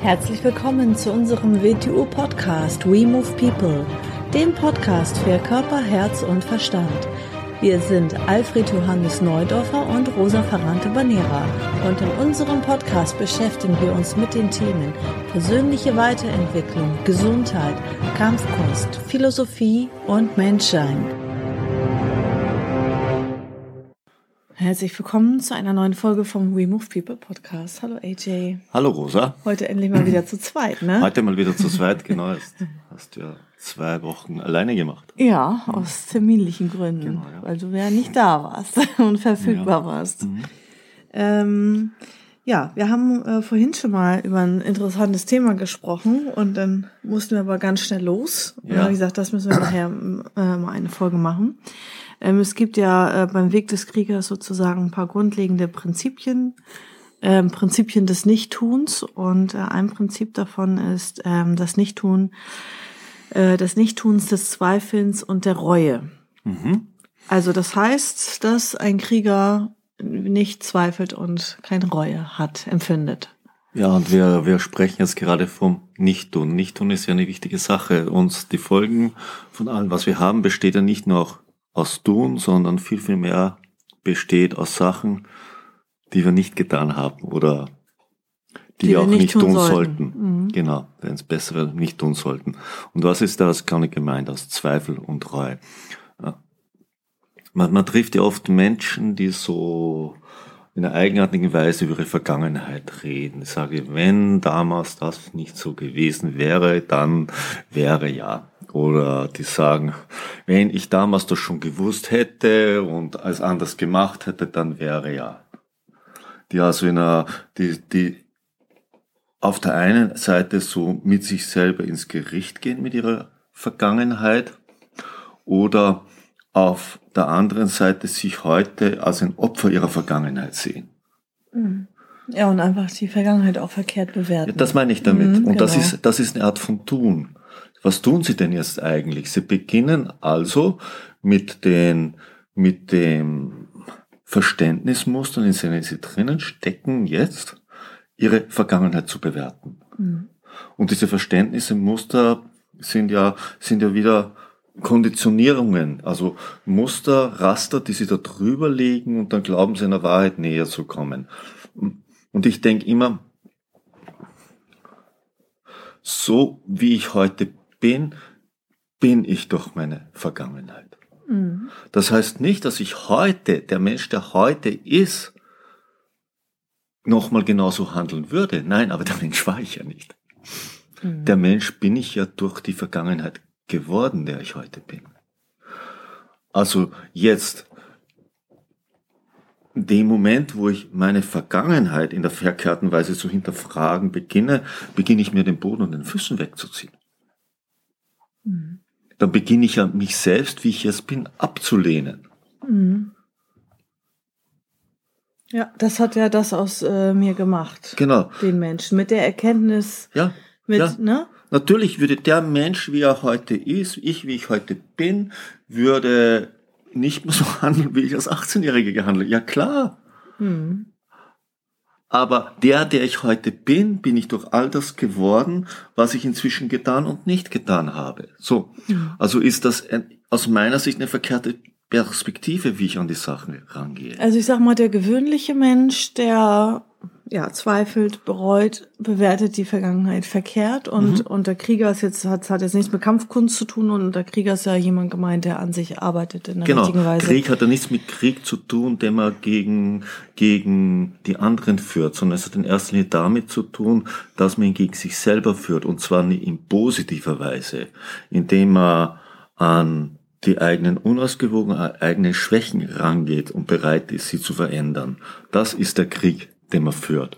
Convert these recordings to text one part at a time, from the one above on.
Herzlich willkommen zu unserem WTU-Podcast We Move People, dem Podcast für Körper, Herz und Verstand. Wir sind Alfred Johannes Neudorfer und Rosa Ferrante-Banera und in unserem Podcast beschäftigen wir uns mit den Themen persönliche Weiterentwicklung, Gesundheit, Kampfkunst, Philosophie und Menschsein. Herzlich willkommen zu einer neuen Folge vom We Move People Podcast. Hallo AJ. Hallo Rosa. Heute endlich mal wieder zu zweit, ne? Heute mal wieder zu zweit, genau. Hast du ja 2 Wochen alleine gemacht. Ja, aus terminlichen Gründen, genau, ja. Weil du ja nicht da warst und verfügbar warst. Ja, wir haben vorhin schon mal über ein interessantes Thema gesprochen und dann mussten wir aber ganz schnell los. Und dann habe ich gesagt, das müssen wir nachher mal eine Folge machen. Es gibt ja beim Weg des Kriegers sozusagen ein paar grundlegende Prinzipien des Nichttuns und ein Prinzip davon ist das Nichttuns des Zweifelns und der Reue. Mhm. Also das heißt, dass ein Krieger nicht zweifelt und keine Reue empfindet. Ja, und wir sprechen jetzt gerade vom Nichttun. Nichttun ist ja eine wichtige Sache. Uns die Folgen von allem, was wir haben, besteht ja nicht nur aus Tun, sondern viel, viel mehr besteht aus Sachen, die wir nicht getan haben oder die wir auch nicht tun sollten. Mhm. Genau, wenn es besser wäre, nicht tun sollten. Und was ist das gar nicht gemeint aus Zweifel und Reue? Man trifft ja oft Menschen, die so in einer eigenartigen Weise über ihre Vergangenheit reden. Ich sage, wenn damals das nicht so gewesen wäre, dann wäre ja. Oder die sagen, wenn ich damals das schon gewusst hätte und es anders gemacht hätte, dann wäre ja. Die also die auf der einen Seite so mit sich selber ins Gericht gehen mit ihrer Vergangenheit oder auf der anderen Seite sich heute als ein Opfer ihrer Vergangenheit sehen. Ja, und einfach die Vergangenheit auch verkehrt bewerten. Ja, das meine ich damit. Und genau. Das ist eine Art von Tun. Was tun sie denn jetzt eigentlich? Sie beginnen also mit dem Verständnismustern, in denen sie drinnen stecken, jetzt ihre Vergangenheit zu bewerten. Mhm. Und diese Verständnismuster sind ja wieder Konditionierungen, also Muster, Raster, die sie da drüber legen und dann glauben sie einer Wahrheit näher zu kommen. Und ich denke immer, so wie ich heute bin ich doch meine Vergangenheit. Mhm. Das heißt nicht, dass ich heute, der Mensch, der heute ist, nochmal genauso handeln würde. Nein, aber der Mensch war ich ja nicht. Mhm. Der Mensch bin ich ja durch die Vergangenheit geworden, der ich heute bin. Also jetzt, in dem Moment, wo ich meine Vergangenheit in der verkehrten Weise zu hinterfragen beginne ich mir den Boden und den Füßen wegzuziehen. Mhm. Dann beginne ich ja mich selbst, wie ich jetzt bin, abzulehnen. Mhm. Ja, das hat ja das aus mir gemacht. Genau. Den Menschen. Mit der Erkenntnis. Ja. Ne? Natürlich würde der Mensch, wie er heute ist, wie ich heute bin, würde nicht mehr so handeln, wie ich als 18-Jährige gehandelt. Ja, klar. Mhm. Aber der ich heute bin ich durch all das geworden, was ich inzwischen getan und nicht getan habe. So. Mhm. Also ist das aus meiner Sicht eine verkehrte Perspektive, wie ich an die Sachen rangehe. Also ich sag mal, der gewöhnliche Mensch, der zweifelt, bereut, bewertet die Vergangenheit verkehrt und der Krieger hat jetzt nichts mit Kampfkunst zu tun und der Krieger ist ja jemand gemeint, der an sich arbeitet in der richtigen Weise. Krieg hat ja nichts mit Krieg zu tun, den man gegen die anderen führt, sondern es hat in erster Linie damit zu tun, dass man ihn gegen sich selber führt und zwar nicht in positiver Weise, indem man an die eigenen unausgewogenen, eigenen Schwächen rangeht und bereit ist, sie zu verändern. Das ist der Krieg, den man führt.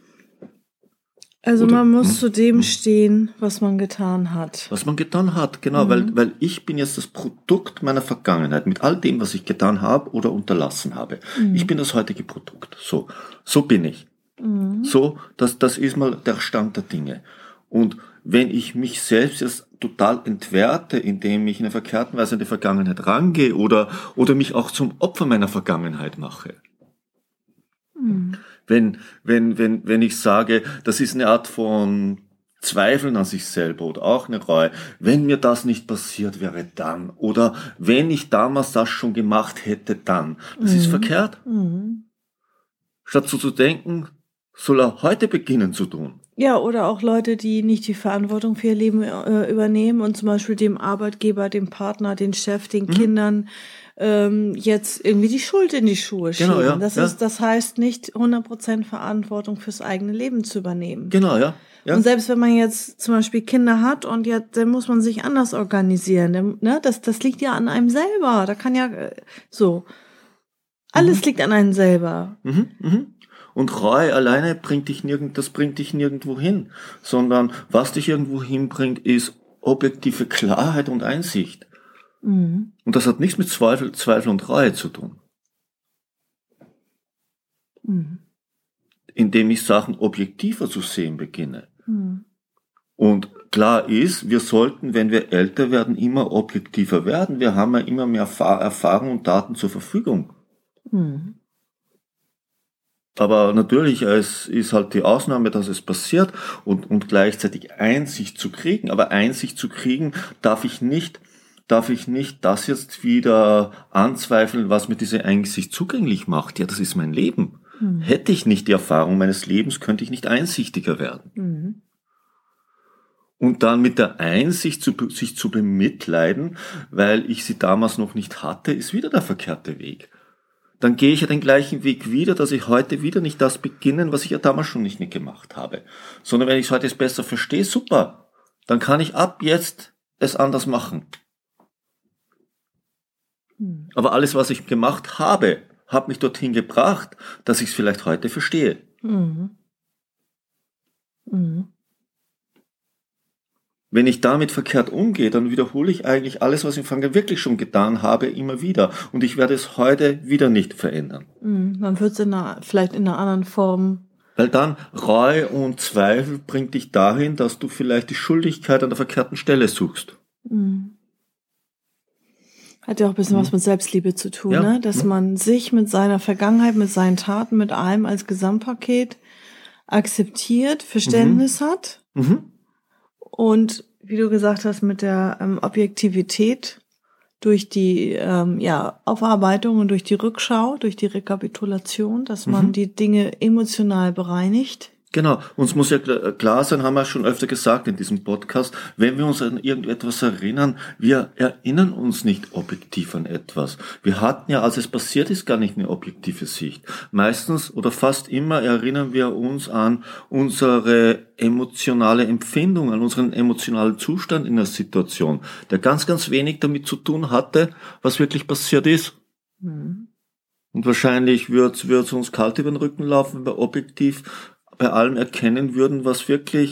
Also man muss zu dem stehen, was man getan hat. Was man getan hat, genau, weil ich bin jetzt das Produkt meiner Vergangenheit, mit all dem, was ich getan habe oder unterlassen habe. Mhm. Ich bin das heutige Produkt. So bin ich. Mhm. So, das ist mal der Stand der Dinge. Und wenn ich mich selbst jetzt total entwerte, indem ich in einer verkehrten Weise an die Vergangenheit rangehe oder mich auch zum Opfer meiner Vergangenheit mache, Wenn ich sage, das ist eine Art von Zweifeln an sich selber oder auch eine Reue, wenn mir das nicht passiert wäre, dann. Oder wenn ich damals das schon gemacht hätte, dann. Das ist verkehrt. Statt so zu denken, soll er heute beginnen zu tun. Ja, oder auch Leute, die nicht die Verantwortung für ihr Leben übernehmen und zum Beispiel dem Arbeitgeber, dem Partner, den Chef, den Kindern jetzt irgendwie die Schuld in die Schuhe schieben. Genau, ja. Das heißt nicht 100% Verantwortung fürs eigene Leben zu übernehmen. Genau, ja. Und selbst wenn man jetzt zum Beispiel Kinder hat und jetzt, dann muss man sich anders organisieren. Das liegt ja an einem selber. Da kann ja so. Alles liegt an einem selber. Und Reue alleine bringt dich nirgendwo hin, sondern was dich irgendwo hinbringt, ist objektive Klarheit und Einsicht. Und das hat nichts mit Zweifel und Reue zu tun. Indem ich Sachen objektiver zu sehen beginne. Und klar ist, wir sollten, wenn wir älter werden, immer objektiver werden. Wir haben ja immer mehr Erfahrung und Daten zur Verfügung. Aber natürlich, es ist halt die Ausnahme, dass es passiert und gleichzeitig Einsicht zu kriegen. Aber Einsicht zu kriegen darf ich nicht das jetzt wieder anzweifeln, was mir diese Einsicht zugänglich macht. Ja, das ist mein Leben. Hätte ich nicht die Erfahrung meines Lebens, könnte ich nicht einsichtiger werden. Und dann mit der Einsicht sich zu bemitleiden, weil ich sie damals noch nicht hatte, ist wieder der verkehrte Weg. Dann gehe ich ja den gleichen Weg wieder, dass ich heute wieder nicht das beginnen, was ich ja damals schon nicht gemacht habe. Sondern wenn ich es heute besser verstehe, super, dann kann ich ab jetzt es anders machen. Aber alles, was ich gemacht habe, hat mich dorthin gebracht, dass ich es vielleicht heute verstehe. Wenn ich damit verkehrt umgehe, dann wiederhole ich eigentlich alles, was ich im Vergangenheit wirklich schon getan habe, immer wieder. Und ich werde es heute wieder nicht verändern. Man wird es vielleicht in einer anderen Form. Weil dann Reue und Zweifel bringt dich dahin, dass du vielleicht die Schuldigkeit an der verkehrten Stelle suchst. Hat ja auch ein bisschen was mit Selbstliebe zu tun, ne? Dass man sich mit seiner Vergangenheit, mit seinen Taten, mit allem als Gesamtpaket akzeptiert, Verständnis hat. Und wie du gesagt hast, mit der Objektivität durch die Aufarbeitung und durch die Rückschau, durch die Rekapitulation, dass man die Dinge emotional bereinigt. Genau, uns muss ja klar sein, haben wir schon öfter gesagt in diesem Podcast, wenn wir uns an irgendetwas erinnern, wir erinnern uns nicht objektiv an etwas. Wir hatten ja, als es passiert ist, gar nicht eine objektive Sicht. Meistens oder fast immer erinnern wir uns an unsere emotionale Empfindung, an unseren emotionalen Zustand in der Situation, der ganz, ganz wenig damit zu tun hatte, was wirklich passiert ist. Und wahrscheinlich wird uns kalt über den Rücken laufen, wenn wir objektiv bei allem erkennen würden, was wirklich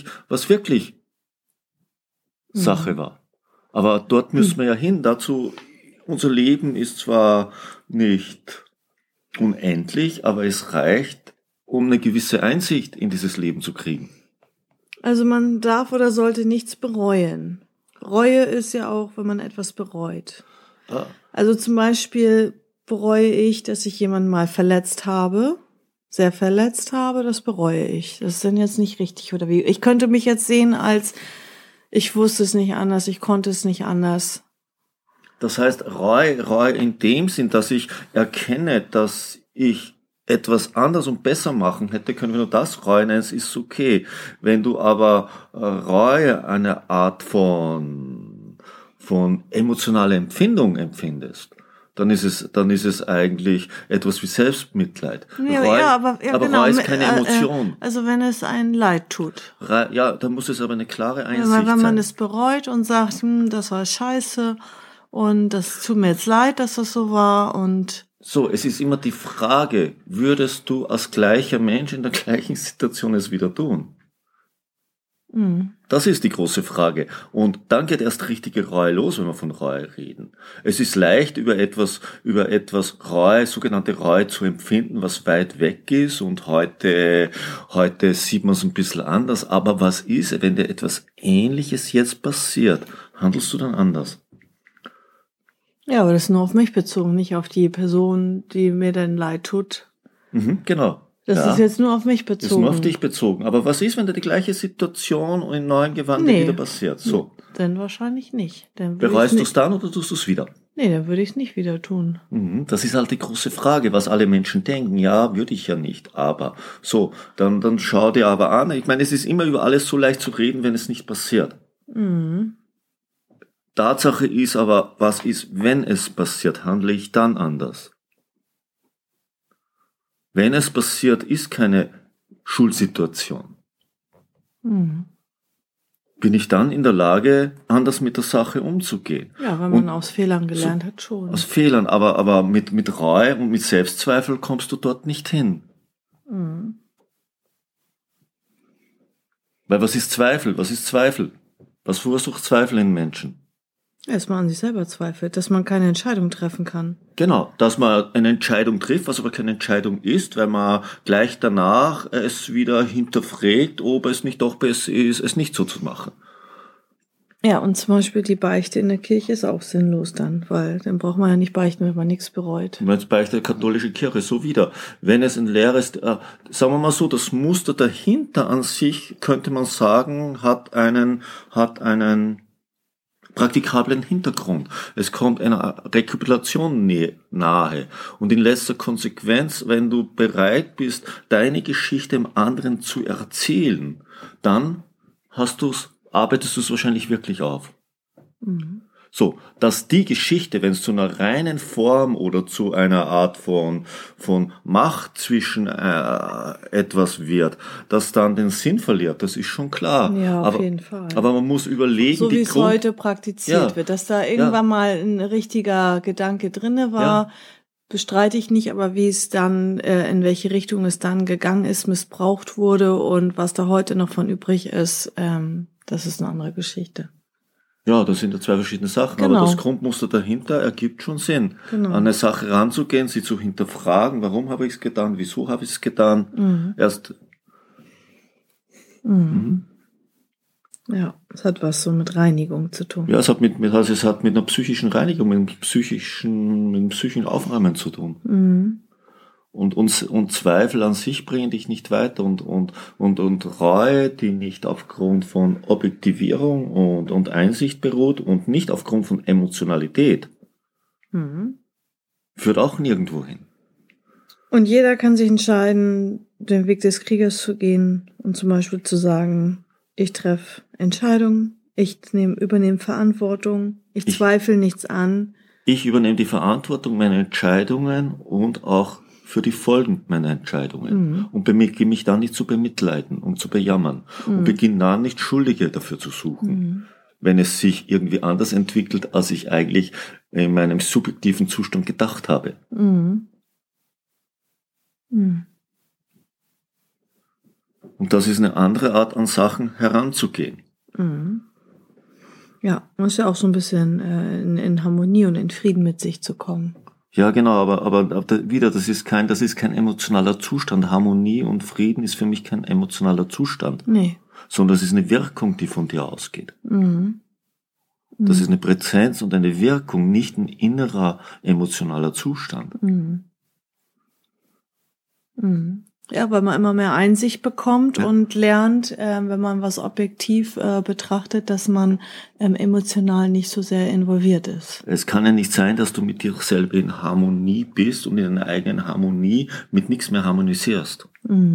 Sache war. Aber dort müssen wir ja hin. Dazu, unser Leben ist zwar nicht unendlich, aber es reicht, um eine gewisse Einsicht in dieses Leben zu kriegen. Also man darf oder sollte nichts bereuen. Reue ist ja auch, wenn man etwas bereut. Also zum Beispiel bereue ich, dass ich jemanden mal sehr verletzt habe, das bereue ich. Das ist dann jetzt nicht richtig oder wie. Ich könnte mich jetzt sehen als, ich wusste es nicht anders, ich konnte es nicht anders. Das heißt, Reue in dem Sinn, dass ich erkenne, dass ich etwas anders und besser machen hätte können, wenn du das Reue nennst, ist okay. Wenn du aber Reue eine Art von emotionaler Empfindung empfindest, dann ist es eigentlich etwas wie Selbstmitleid. Aber genau, Reue ist keine Emotion. Also wenn es einen leid tut. Ja, dann muss es aber eine klare Einsicht sein. Wenn man es bereut und sagt, das war scheiße und das tut mir jetzt leid, dass das so war und so, es ist immer die Frage, würdest du als gleicher Mensch in der gleichen Situation es wieder tun? Das ist die große Frage. Und dann geht erst richtige Reue los, wenn wir von Reue reden. Es ist leicht, über etwas Reue, sogenannte Reue zu empfinden, was weit weg ist. Und heute sieht man es ein bisschen anders. Aber was ist, wenn dir etwas Ähnliches jetzt passiert? Handelst du dann anders? Ja, aber das ist nur auf mich bezogen, nicht auf die Person, die mir dann leid tut. Genau. Das ist jetzt nur auf mich bezogen. Ist nur auf dich bezogen. Aber was ist, wenn da die gleiche Situation in neuem Gewand wieder passiert? So. Dann wahrscheinlich nicht. Bereust du es dann oder tust du es wieder? Nee, dann würde ich es nicht wieder tun. Das ist halt die große Frage, was alle Menschen denken. Ja, würde ich ja nicht, aber. So, dann schau dir aber an. Ich meine, es ist immer über alles so leicht zu reden, wenn es nicht passiert. Tatsache ist aber, was ist, wenn es passiert, handle ich dann anders. Wenn es passiert, ist keine Schuldsituation. Bin ich dann in der Lage, anders mit der Sache umzugehen? Ja, wenn man aus Fehlern gelernt hat, schon. Aus Fehlern, aber mit Reue und mit Selbstzweifel kommst du dort nicht hin. Weil was ist Zweifel? Was ist Zweifel? Was verursacht Zweifel in Menschen? Erstmal an sich selber zweifelt, dass man keine Entscheidung treffen kann. Genau, dass man eine Entscheidung trifft, was aber keine Entscheidung ist, weil man gleich danach es wieder hinterfragt, ob es nicht doch besser ist, es nicht so zu machen. Ja, und zum Beispiel die Beichte in der Kirche ist auch sinnlos dann, weil dann braucht man ja nicht beichten, wenn man nichts bereut. Und jetzt beichtet die katholische Kirche so wieder. Wenn es ein leeres, sagen wir mal so, das Muster dahinter an sich, könnte man sagen, hat einen praktikablen Hintergrund. Es kommt einer Rekapitulation nahe. Und in letzter Konsequenz, wenn du bereit bist, deine Geschichte dem anderen zu erzählen, dann arbeitest du es wahrscheinlich wirklich auf. So, dass die Geschichte, wenn es zu einer reinen Form oder zu einer Art von Macht zwischen etwas wird, dass dann den Sinn verliert, das ist schon klar. Ja, auf jeden Fall. Aber man muss überlegen, so wie es heute praktiziert wird, dass da irgendwann mal ein richtiger Gedanke drinne war, bestreite ich nicht, aber wie es dann, in welche Richtung es dann gegangen ist, missbraucht wurde und was da heute noch von übrig ist, das ist eine andere Geschichte. Ja, das sind ja zwei verschiedene Sachen, aber das Grundmuster dahinter ergibt schon Sinn. An eine Sache ranzugehen, sie zu hinterfragen, warum habe ich es getan, wieso habe ich es getan, Ja, es hat was so mit Reinigung zu tun. Ja, es hat mit einer psychischen Reinigung, mit einem psychischen Aufräumen zu tun. Und Zweifel an sich bringen dich nicht weiter und Reue, die nicht aufgrund von Objektivierung und Einsicht beruht und nicht aufgrund von Emotionalität, führt auch nirgendwo hin. Und jeder kann sich entscheiden, den Weg des Kriegers zu gehen und zum Beispiel zu sagen, ich treffe Entscheidungen, ich übernehme Verantwortung, ich zweifle nichts an. Ich übernehme die Verantwortung meiner Entscheidungen und auch für die Folgen meiner Entscheidungen und beginne mich dann nicht zu bemitleiden und zu bejammern und beginne dann nicht Schuldige dafür zu suchen, wenn es sich irgendwie anders entwickelt, als ich eigentlich in meinem subjektiven Zustand gedacht habe. Und das ist eine andere Art, an Sachen heranzugehen. Ja, man ist ja auch so ein bisschen in Harmonie und in Frieden mit sich zu kommen. Ja, genau, aber wieder, das ist kein emotionaler Zustand. Harmonie und Frieden ist für mich kein emotionaler Zustand. Nee. Sondern das ist eine Wirkung, die von dir ausgeht. Das ist eine Präsenz und eine Wirkung, nicht ein innerer emotionaler Zustand. Ja, weil man immer mehr Einsicht bekommt und lernt, wenn man was objektiv betrachtet, dass man emotional nicht so sehr involviert ist. Es kann ja nicht sein, dass du mit dir selber in Harmonie bist und in deiner eigenen Harmonie mit nichts mehr harmonisierst.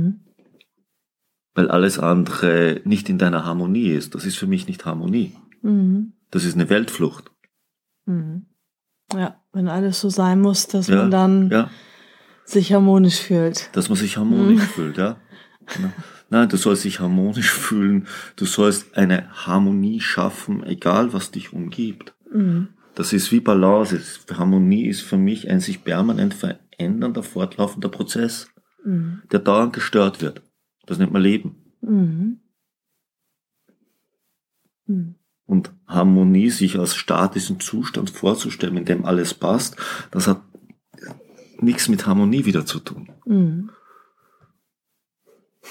Weil alles andere nicht in deiner Harmonie ist. Das ist für mich nicht Harmonie. Das ist eine Weltflucht. Ja, wenn alles so sein muss, dass man dann sich harmonisch fühlt. Dass man sich harmonisch fühlt, ja. Nein, du sollst dich harmonisch fühlen. Du sollst eine Harmonie schaffen, egal was dich umgibt. Das ist wie Balance. Harmonie ist für mich ein sich permanent verändernder, fortlaufender Prozess, der dauernd gestört wird. Das nennt man Leben. Und Harmonie, sich als statischen Zustand vorzustellen, in dem alles passt, das hat nichts mit Harmonie wieder zu tun.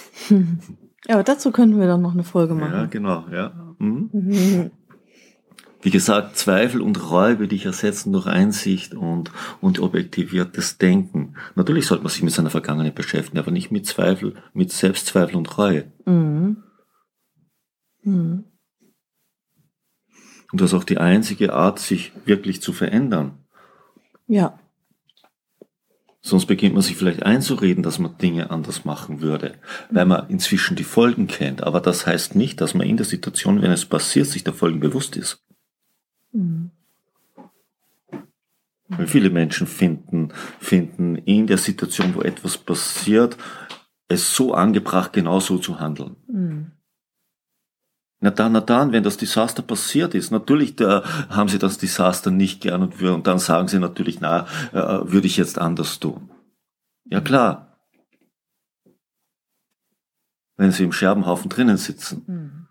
Ja, aber dazu könnten wir dann noch eine Folge machen. Ja, genau, ja. Wie gesagt, Zweifel und Reue würde ich ersetzen durch Einsicht und objektiviertes Denken. Natürlich sollte man sich mit seiner Vergangenheit beschäftigen, aber nicht mit Zweifel, mit Selbstzweifel und Reue. Mhm. Mhm. Und das ist auch die einzige Art, sich wirklich zu verändern. Ja. Sonst beginnt man sich vielleicht einzureden, dass man Dinge anders machen würde, weil man inzwischen die Folgen kennt. Aber das heißt nicht, dass man in der Situation, wenn es passiert, sich der Folgen bewusst ist. Mhm. Weil viele Menschen finden in der Situation, wo etwas passiert, es so angebracht, genau so zu handeln. Mhm. Na dann, wenn das Desaster passiert ist, natürlich haben sie das Desaster nicht gern und dann sagen sie natürlich, würde ich jetzt anders tun. Ja klar. Wenn sie im Scherbenhaufen drinnen sitzen. Mhm.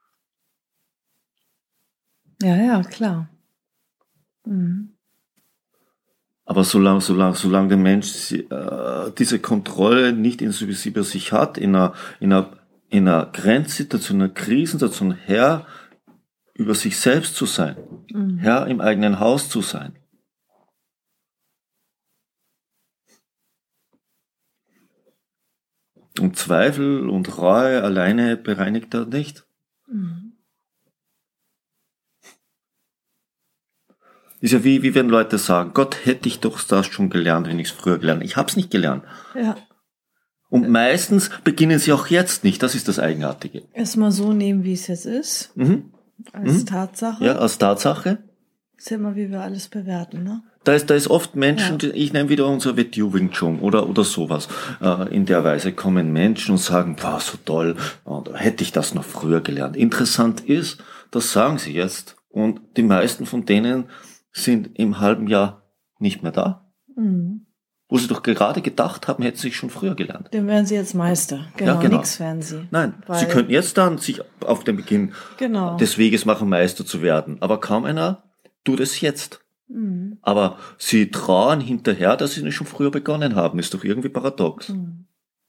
Ja, klar. Mhm. Aber solange der Mensch diese Kontrolle nicht in sich hat, in einer Grenzsituation, in einer Krisensituation, Herr über sich selbst zu sein, Herr im eigenen Haus zu sein. Und Zweifel und Reue alleine bereinigt er nicht. Mhm. Ist ja wie wenn Leute sagen, Gott, hätte ich doch das schon gelernt, wenn ich es früher gelernt. Ich habe es nicht gelernt. Ja. Und meistens beginnen sie auch jetzt nicht. Das ist das Eigenartige. Erstmal so nehmen, wie es jetzt ist. Als Tatsache. Ja, als Tatsache. Ist ja immer, wie wir alles bewerten, ne? Da ist oft Menschen, ich nehme wieder unser WTU Wing Chun oder sowas. In der Weise kommen Menschen und sagen, wow, so toll, und hätte ich das noch früher gelernt. Interessant ist, das sagen sie jetzt. Und die meisten von denen sind im halben Jahr nicht mehr da. Mhm. Wo sie doch gerade gedacht haben, hätten sie sich schon früher gelernt. Dann wären sie jetzt Meister. Genau, Ja, genau. Nix wären sie. Nein, sie könnten jetzt dann sich auf den Beginn des Weges machen, Meister zu werden. Aber kaum einer tut es jetzt. Mhm. Aber sie trauern hinterher, dass sie nicht schon früher begonnen haben. Ist doch irgendwie paradox. Mhm.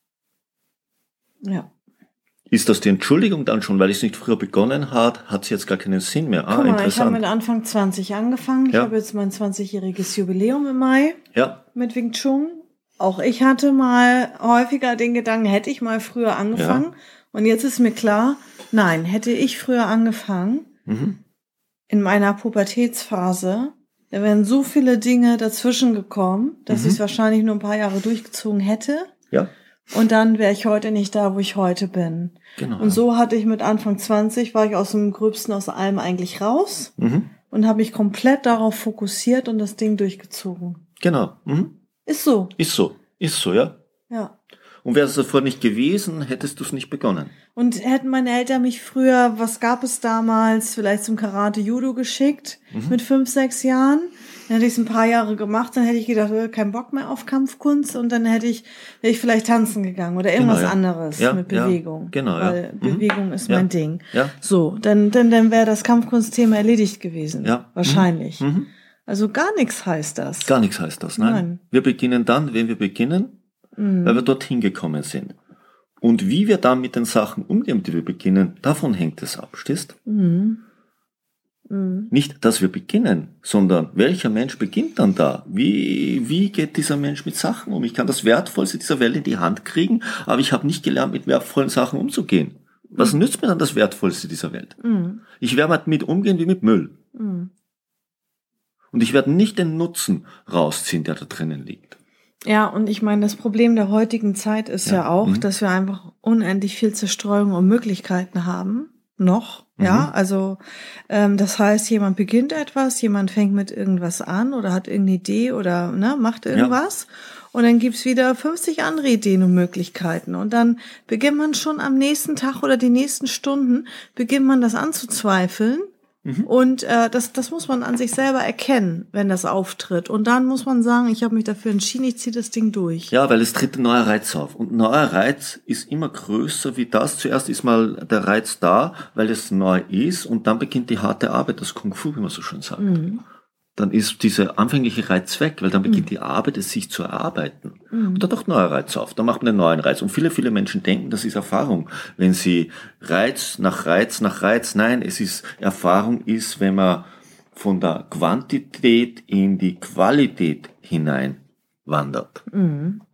Ja. Ist das die Entschuldigung dann schon, weil es nicht früher begonnen hat es jetzt gar keinen Sinn mehr? Guck mal, interessant. ich habe mit Anfang 20 angefangen. Ich habe jetzt mein 20-jähriges Jubiläum im Mai mit Wing Chun. Auch ich hatte mal häufiger den Gedanken, hätte ich mal früher angefangen. Ja. Und jetzt ist mir klar, nein, hätte ich früher angefangen, in meiner Pubertätsphase, da wären so viele Dinge dazwischen gekommen, dass ich es wahrscheinlich nur ein paar Jahre durchgezogen hätte. Ja. Und dann wäre ich heute nicht da, wo ich heute bin. Genau. Und so hatte ich mit Anfang 20, war ich aus dem Gröbsten aus allem eigentlich raus und habe mich komplett darauf fokussiert und das Ding durchgezogen. Genau. Ist so. Ist so, ja. Ja. Und wäre es davor nicht gewesen, hättest du es nicht begonnen. Und hätten meine Eltern mich früher, was gab es damals, vielleicht zum Karate-Judo geschickt, mit 5, 6 Jahren. Dann hätte ich es ein paar Jahre gemacht, dann hätte ich gedacht, kein Bock mehr auf Kampfkunst und dann wäre ich vielleicht tanzen gegangen oder irgendwas anderes mit Bewegung. Weil Bewegung ist mein Ding. Ja. So, dann wäre das Kampfkunstthema erledigt gewesen. Ja. Wahrscheinlich. Also gar nichts heißt das. Gar nichts heißt das, nein. Wir beginnen dann, wenn wir beginnen, weil wir dorthin gekommen sind. Und wie wir dann mit den Sachen umgehen, die wir beginnen, davon hängt es ab, stehst? Nicht, dass wir beginnen, sondern welcher Mensch beginnt dann da? Wie geht dieser Mensch mit Sachen um? Ich kann das Wertvollste dieser Welt in die Hand kriegen, aber ich habe nicht gelernt, mit wertvollen Sachen umzugehen. Was nützt mir dann das Wertvollste dieser Welt? Ich werde damit umgehen wie mit Müll. Und ich werde nicht den Nutzen rausziehen, der da drinnen liegt. Ja, und ich meine, das Problem der heutigen Zeit ist ja auch, dass wir einfach unendlich viel Zerstreuung und Möglichkeiten haben. Noch, ja, also das heißt, jemand beginnt etwas, jemand fängt mit irgendwas an oder hat irgendeine Idee oder macht irgendwas und dann gibt's wieder 50 andere Ideen und Möglichkeiten und dann beginnt man schon am nächsten Tag oder die nächsten Stunden, beginnt man das anzuzweifeln und das muss man an sich selber erkennen, wenn das auftritt und dann muss man sagen, ich habe mich dafür entschieden, ich ziehe das Ding durch. Ja, weil es tritt ein neuer Reiz auf und ein neuer Reiz ist immer größer wie das. Zuerst ist mal der Reiz da, weil es neu ist und dann beginnt die harte Arbeit, das Kung Fu, wie man so schön sagt. Dann ist dieser anfängliche Reiz weg, weil dann beginnt die Arbeit, es sich zu erarbeiten. Und dann taucht neuer Reiz auf, dann macht man einen neuen Reiz. Und viele, viele Menschen denken, das ist Erfahrung. Wenn sie Reiz nach Reiz nach Reiz, nein, Erfahrung ist, wenn man von der Quantität in die Qualität hinein wandert. Und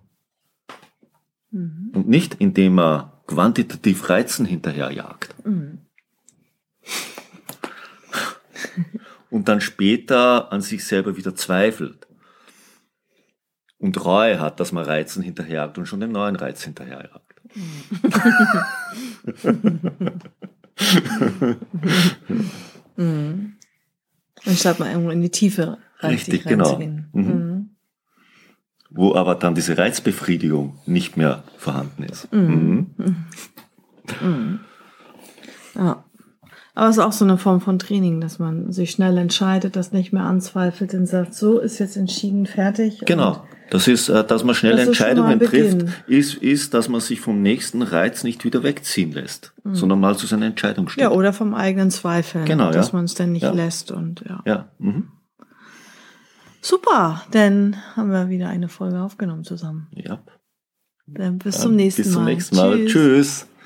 nicht, indem er quantitativ Reizen hinterherjagt. Und dann später an sich selber wieder zweifelt. Und Reue hat, dass man Reizen hinterherjagt und schon den neuen Reiz hinterherjagt. Anstatt mal irgendwo in die Tiefe richtig reinzugehen. Wo aber dann diese Reizbefriedigung nicht mehr vorhanden ist. Ja. Aber es ist auch so eine Form von Training, dass man sich schnell entscheidet, das nicht mehr anzweifelt und sagt, so ist jetzt entschieden, fertig. Genau. Das ist, dass man schnell Entscheidungen trifft, ist, dass man sich vom nächsten Reiz nicht wieder wegziehen lässt, sondern mal zu seiner Entscheidung steht. Ja, oder vom eigenen Zweifeln, dass man es dann nicht lässt. Und Super, dann haben wir wieder eine Folge aufgenommen zusammen. Ja. Dann bis zum nächsten Mal. Bis zum nächsten Mal. Tschüss.